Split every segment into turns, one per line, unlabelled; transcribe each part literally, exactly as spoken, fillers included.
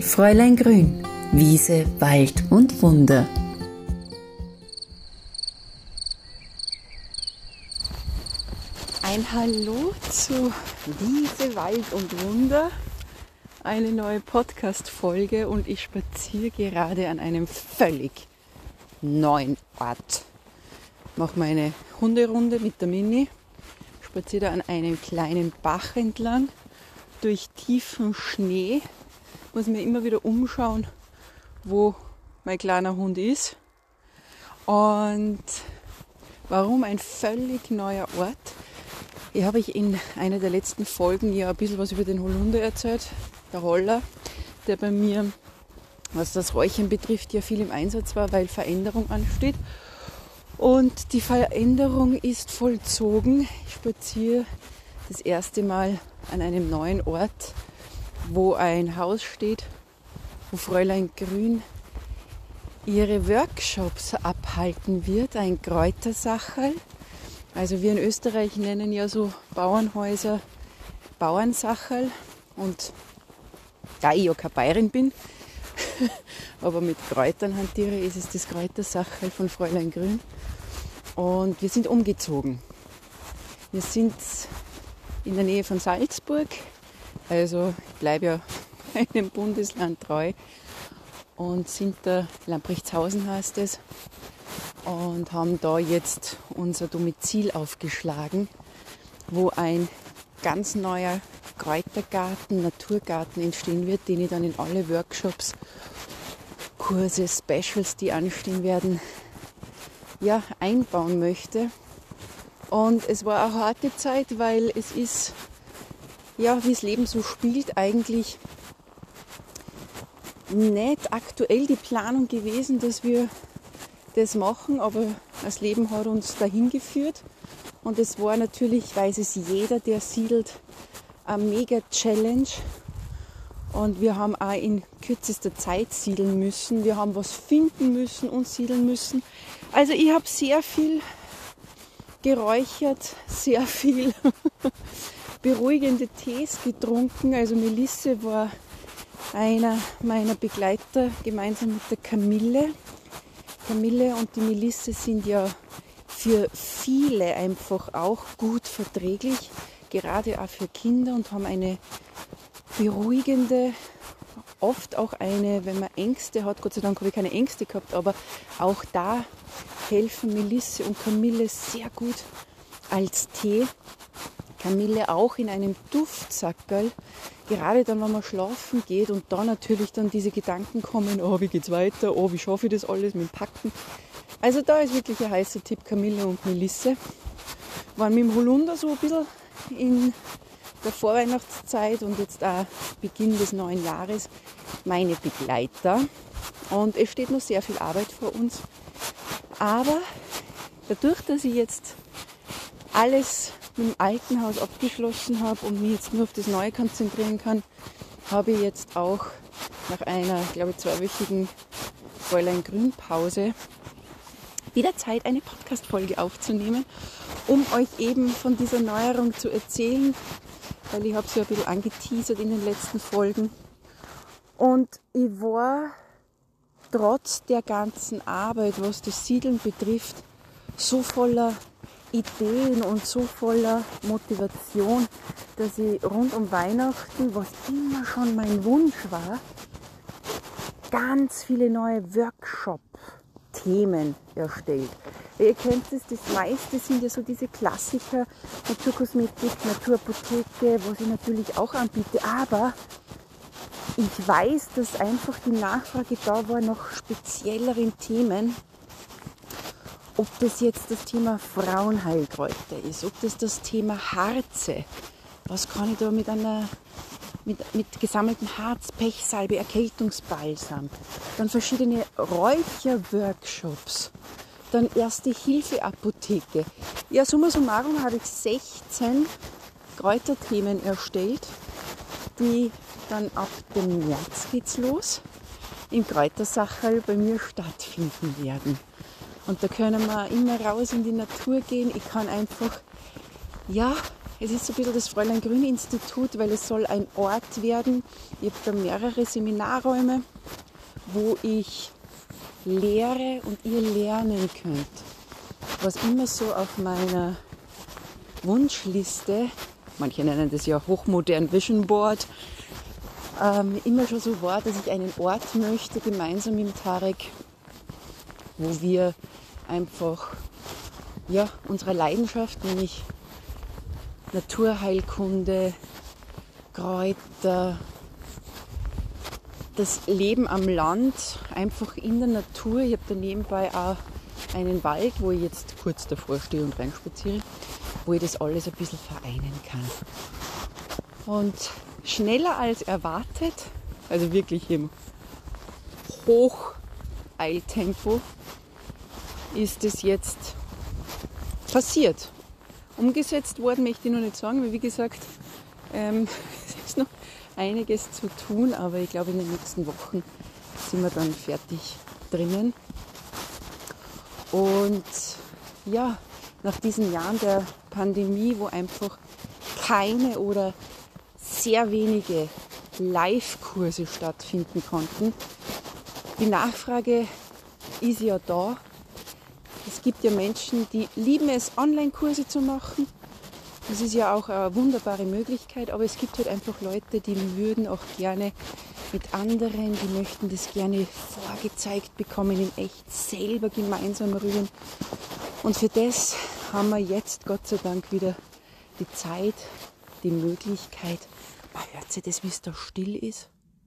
Fräulein Grün, Wiese, Wald und Wunder.
Ein Hallo zu Wiese, Wald und Wunder, eine neue Podcast-Folge und ich spaziere gerade an einem völlig neuen Ort. Mache meine Hunderunde mit der Mini, spaziere da an einem kleinen Bach entlang durch tiefen Schnee, muss mir immer wieder umschauen, wo mein kleiner Hund ist. Und warum ein völlig neuer Ort? Ich habe ich in einer der letzten Folgen ja ein bisschen was über den Holunder erzählt, der Holler, der bei mir, was das Räuchern betrifft, ja viel im Einsatz war, weil Veränderung ansteht. Und die Veränderung ist vollzogen. Ich spaziere das erste Mal an einem neuen Ort, wo ein Haus steht, wo Fräulein Grün ihre Workshops abhalten wird, ein Kräutersacherl. Also wir in Österreich nennen ja so Bauernhäuser Bauernsacherl. Und da ich ja keine Bayerin bin, aber mit Kräutern hantiere, ist es das Kräutersacherl von Fräulein Grün. Und wir sind umgezogen. Wir sind in der Nähe von Salzburg. Also ich bleibe ja einem Bundesland treu und sind da, Lamprechtshausen heißt es, und haben da jetzt unser Domizil aufgeschlagen, wo ein ganz neuer Kräutergarten, Naturgarten entstehen wird, den ich dann in alle Workshops, Kurse, Specials, die anstehen werden, ja, einbauen möchte. Und es war eine harte Zeit, weil es ist, ja, wie das Leben so spielt, eigentlich nicht aktuell die Planung gewesen, dass wir das machen, aber das Leben hat uns dahin geführt. Und es war natürlich, weiß es jeder, der siedelt, eine mega Challenge. Und wir haben auch in kürzester Zeit siedeln müssen. Wir haben was finden müssen und siedeln müssen. Also ich habe sehr viel geräuchert, sehr viel beruhigende Tees getrunken. Also Melisse war einer meiner Begleiter gemeinsam mit der Kamille. Kamille und die Melisse sind ja für viele einfach auch gut verträglich, gerade auch für Kinder, und haben eine beruhigende, oft auch eine, wenn man Ängste hat, Gott sei Dank habe ich keine Ängste gehabt, aber auch da helfen Melisse und Kamille sehr gut als Tee. Kamille auch in einem Duftsackerl, gerade dann, wenn man schlafen geht und da natürlich dann diese Gedanken kommen, oh, wie geht's weiter, oh, wie schaffe ich das alles mit dem Packen. Also da ist wirklich ein heißer Tipp, Kamille und Melisse. Waren mit dem Holunder so ein bisschen in der Vorweihnachtszeit und jetzt auch Beginn des neuen Jahres meine Begleiter. Und es steht noch sehr viel Arbeit vor uns. Aber dadurch, dass ich jetzt alles mit dem alten Haus abgeschlossen habe und mich jetzt nur auf das Neue konzentrieren kann, habe ich jetzt auch nach einer, glaube ich, zweiwöchigen Fräulein Grün Pause wieder Zeit, eine Podcast-Folge aufzunehmen, um euch eben von dieser Neuerung zu erzählen, weil ich habe es ja ein bisschen angeteasert in den letzten Folgen. Und ich war trotz der ganzen Arbeit, was das Siedeln betrifft, so voller Ideen und so voller Motivation, dass ich rund um Weihnachten, was immer schon mein Wunsch war, ganz viele neue Workshop-Themen erstellt. Ihr kennt es, das meiste sind ja so diese Klassiker, Naturkosmetik, Naturapotheke, was ich natürlich auch anbiete, aber ich weiß, dass einfach die Nachfrage da war nach spezielleren Themen. Ob das jetzt das Thema Frauenheilkräuter ist, ob das das Thema Harze, was kann ich da mit einer mit, mit gesammeltem Harz, Pechsalbe, Erkältungsbalsam, dann verschiedene Räucherworkshops, dann Erste-Hilfe-Apotheke. Ja, summa summarum habe ich sechzehn Kräuterthemen erstellt, die dann ab dem März geht's los, im Kräutersacherl bei mir stattfinden werden. Und da können wir immer raus in die Natur gehen. Ich kann einfach, ja, es ist so ein bisschen das Fräulein-Grün-Institut, weil es soll ein Ort werden. Ich habe da mehrere Seminarräume, wo ich lehre und ihr lernen könnt. Was immer so auf meiner Wunschliste, manche nennen das ja hochmodern Vision Board, ähm, immer schon so war, dass ich einen Ort möchte, gemeinsam mit Tarek, wo wir einfach ja, unserer Leidenschaft, nämlich Naturheilkunde, Kräuter, das Leben am Land, einfach in der Natur. Ich habe da nebenbei auch einen Wald, wo ich jetzt kurz davor stehe und reinspaziere, wo ich das alles ein bisschen vereinen kann. Und schneller als erwartet, also wirklich im Hocheiltempo, ist es jetzt passiert. Umgesetzt worden möchte ich noch nicht sagen, weil wie gesagt, ähm, es ist noch einiges zu tun, aber ich glaube in den nächsten Wochen sind wir dann fertig drinnen. Und ja, nach diesen Jahren der Pandemie, wo einfach keine oder sehr wenige Live-Kurse stattfinden konnten, die Nachfrage ist ja da. Es gibt ja Menschen, die lieben es, Online-Kurse zu machen. Das ist ja auch eine wunderbare Möglichkeit, aber es gibt halt einfach Leute, die würden auch gerne mit anderen, die möchten das gerne vorgezeigt bekommen, in echt selber gemeinsam rühren. Und für das haben wir jetzt Gott sei Dank wieder die Zeit, die Möglichkeit. Man hört sich das, wie es da still ist?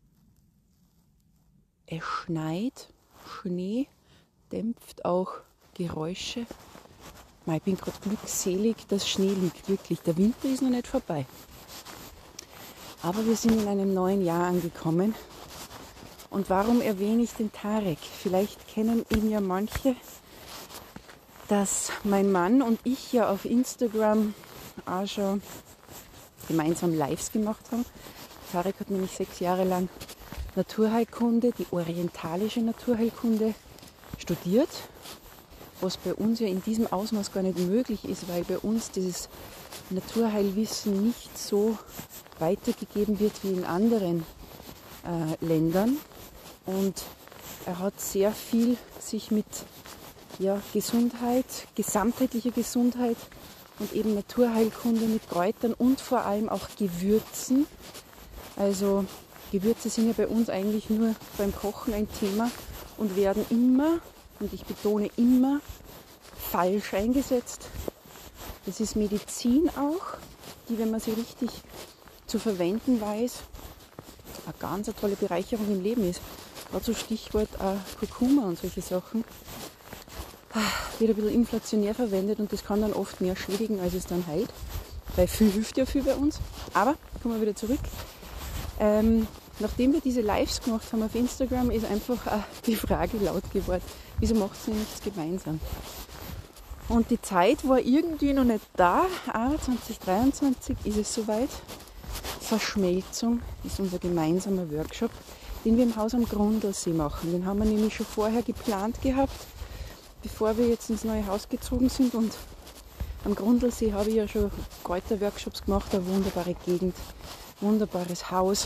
Es schneit, Schnee dämpft auch Geräusche. Ich bin gerade glückselig, dass Schnee liegt, wirklich. Der Winter ist noch nicht vorbei. Aber wir sind in einem neuen Jahr angekommen. Und warum erwähne ich den Tarek? Vielleicht kennen ihn ja manche, dass mein Mann und ich ja auf Instagram auch schon gemeinsam Lives gemacht haben. Tarek hat nämlich sechs Jahre lang Naturheilkunde, die orientalische Naturheilkunde, studiert, was bei uns ja in diesem Ausmaß gar nicht möglich ist, weil bei uns dieses Naturheilwissen nicht so weitergegeben wird wie in anderen äh, Ländern. Und er hat sehr viel sich mit ja, Gesundheit, gesamtheitlicher Gesundheit und eben Naturheilkunde mit Kräutern und vor allem auch Gewürzen. Also Gewürze sind ja bei uns eigentlich nur beim Kochen ein Thema und werden immer, und ich betone immer, falsch eingesetzt. Das ist Medizin auch, die, wenn man sie richtig zu verwenden weiß, eine ganz eine tolle Bereicherung im Leben ist. Gerade so Stichwort äh, Kurkuma und solche Sachen. Wird ein bisschen inflationär verwendet und das kann dann oft mehr schädigen, als es dann heilt. Weil viel hilft ja viel bei uns. Aber, kommen wir wieder zurück. Ähm, nachdem wir diese Lives gemacht haben auf Instagram, ist einfach äh, die Frage laut geworden, wieso macht ihr nichts gemeinsam? Und die Zeit war irgendwie noch nicht da. Ah, zwanzig dreiundzwanzig ist es soweit. Verschmelzung ist unser gemeinsamer Workshop, den wir im Haus am Grundlsee machen. Den haben wir nämlich schon vorher geplant gehabt, bevor wir jetzt ins neue Haus gezogen sind. Und am Grundlsee habe ich ja schon Kräuterworkshops gemacht, eine wunderbare Gegend, wunderbares Haus.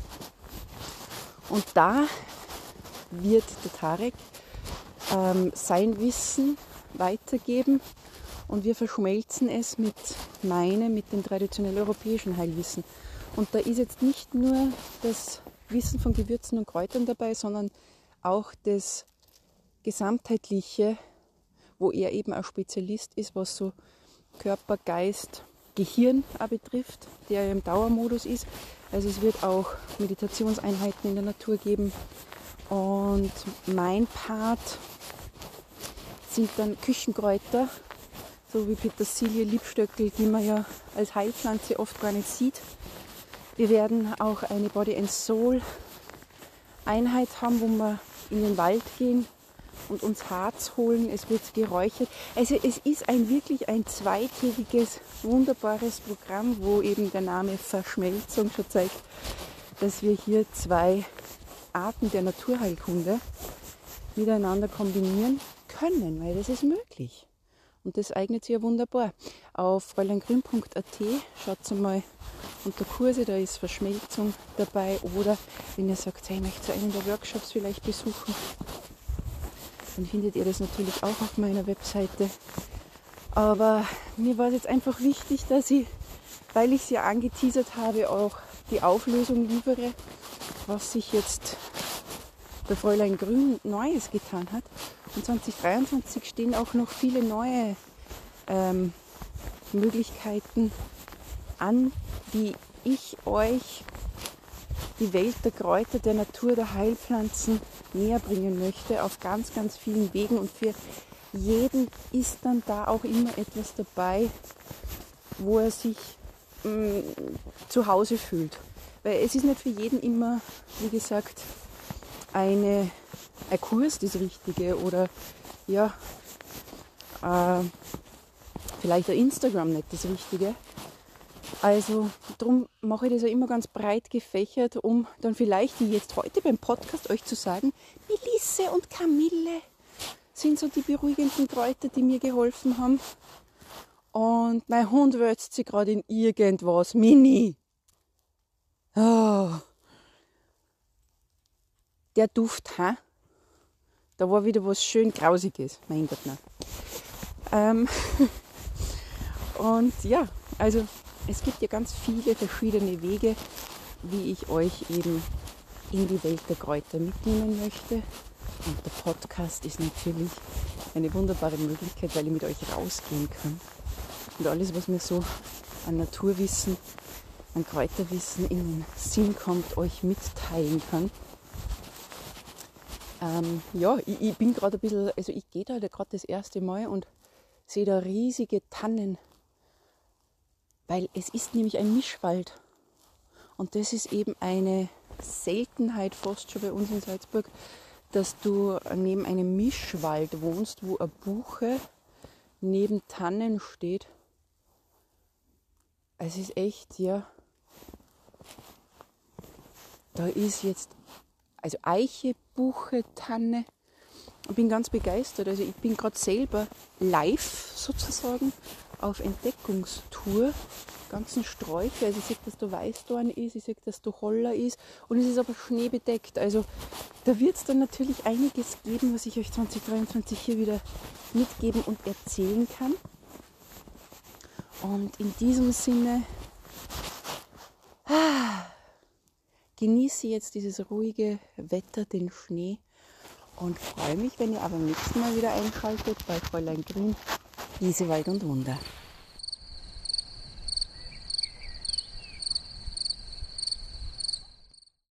Und da wird der Tarek ähm, sein Wissen weitergeben und wir verschmelzen es mit meinem, mit dem traditionell europäischen Heilwissen. Und da ist jetzt nicht nur das Wissen von Gewürzen und Kräutern dabei, sondern auch das Gesamtheitliche, wo er eben auch Spezialist ist, was so Körper, Geist, Gehirn auch betrifft, der ja im Dauermodus ist. Also es wird auch Meditationseinheiten in der Natur geben. Und mein Part sind dann Küchenkräuter, so wie Petersilie, Liebstöckel, die man ja als Heilpflanze oft gar nicht sieht. Wir werden auch eine Body and Soul Einheit haben, wo wir in den Wald gehen und uns Harz holen. Es wird geräuchert. Also es ist ein wirklich ein zweitägiges, wunderbares Programm, wo eben der Name Verschmelzung schon zeigt, dass wir hier zwei Arten der Naturheilkunde miteinander kombinieren können, weil das ist möglich. Und das eignet sich ja wunderbar. Auf fräuleingrün punkt a t schaut mal unter Kurse, da ist Verschmelzung dabei. Oder wenn ihr sagt, hey, ich möchte so einen der Workshops vielleicht besuchen, dann findet ihr das natürlich auch auf meiner Webseite. Aber mir war es jetzt einfach wichtig, dass ich, weil ich es ja angeteasert habe, auch die Auflösung liefere, was sich jetzt bei Fräulein Grün Neues getan hat. Und zwanzig dreiundzwanzig stehen auch noch viele neue ähm, Möglichkeiten an, wie ich euch die Welt der Kräuter, der Natur, der Heilpflanzen näher bringen möchte, auf ganz, ganz vielen Wegen. Und für jeden ist dann da auch immer etwas dabei, wo er sich mh, zu Hause fühlt. Weil es ist nicht für jeden immer, wie gesagt, eine, ein Kurs das Richtige oder ja, äh, vielleicht ein Instagram nicht das Richtige. Also darum mache ich das ja immer ganz breit gefächert, um dann vielleicht, wie jetzt heute beim Podcast, euch zu sagen, Melisse und Kamille sind so die beruhigenden Kräuter, die mir geholfen haben. Und mein Hund wälzt sich gerade in irgendwas. Mini! Oh. Der Duft, ha? Da war wieder was schön Grausiges. Mein Gott, nein. Ähm und ja, also es gibt ja ganz viele verschiedene Wege, wie ich euch eben in die Welt der Kräuter mitnehmen möchte. Und der Podcast ist natürlich eine wunderbare Möglichkeit, weil ich mit euch rausgehen kann und alles, was mir so an Naturwissen, an Kräuterwissen in den Sinn kommt, euch mitteilen kann. Ähm, ja, ich, ich bin gerade ein bisschen, also ich gehe da gerade das erste Mal und sehe da riesige Tannen, weil es ist nämlich ein Mischwald. Und das ist eben eine Seltenheit fast schon bei uns in Salzburg, dass du neben einem Mischwald wohnst, wo eine Buche neben Tannen steht. Es ist echt, ja, da ist jetzt, also Eiche, Buche, Tanne. Ich bin ganz begeistert. Also ich bin gerade selber live sozusagen auf Entdeckungstour. Ganzen Sträuche. Also ich sehe, dass da Weißdorn ist, ich sehe, dass da Holler ist und es ist aber schneebedeckt. Also da wird es dann natürlich einiges geben, was ich euch zwanzig dreiundzwanzig hier wieder mitgeben und erzählen kann. Und in diesem Sinne ah, genieße jetzt dieses ruhige Wetter, den Schnee und freue mich, wenn ihr aber beim nächsten Mal wieder einschaltet bei Fräulein Grün, Wiese, Wald und Wunder.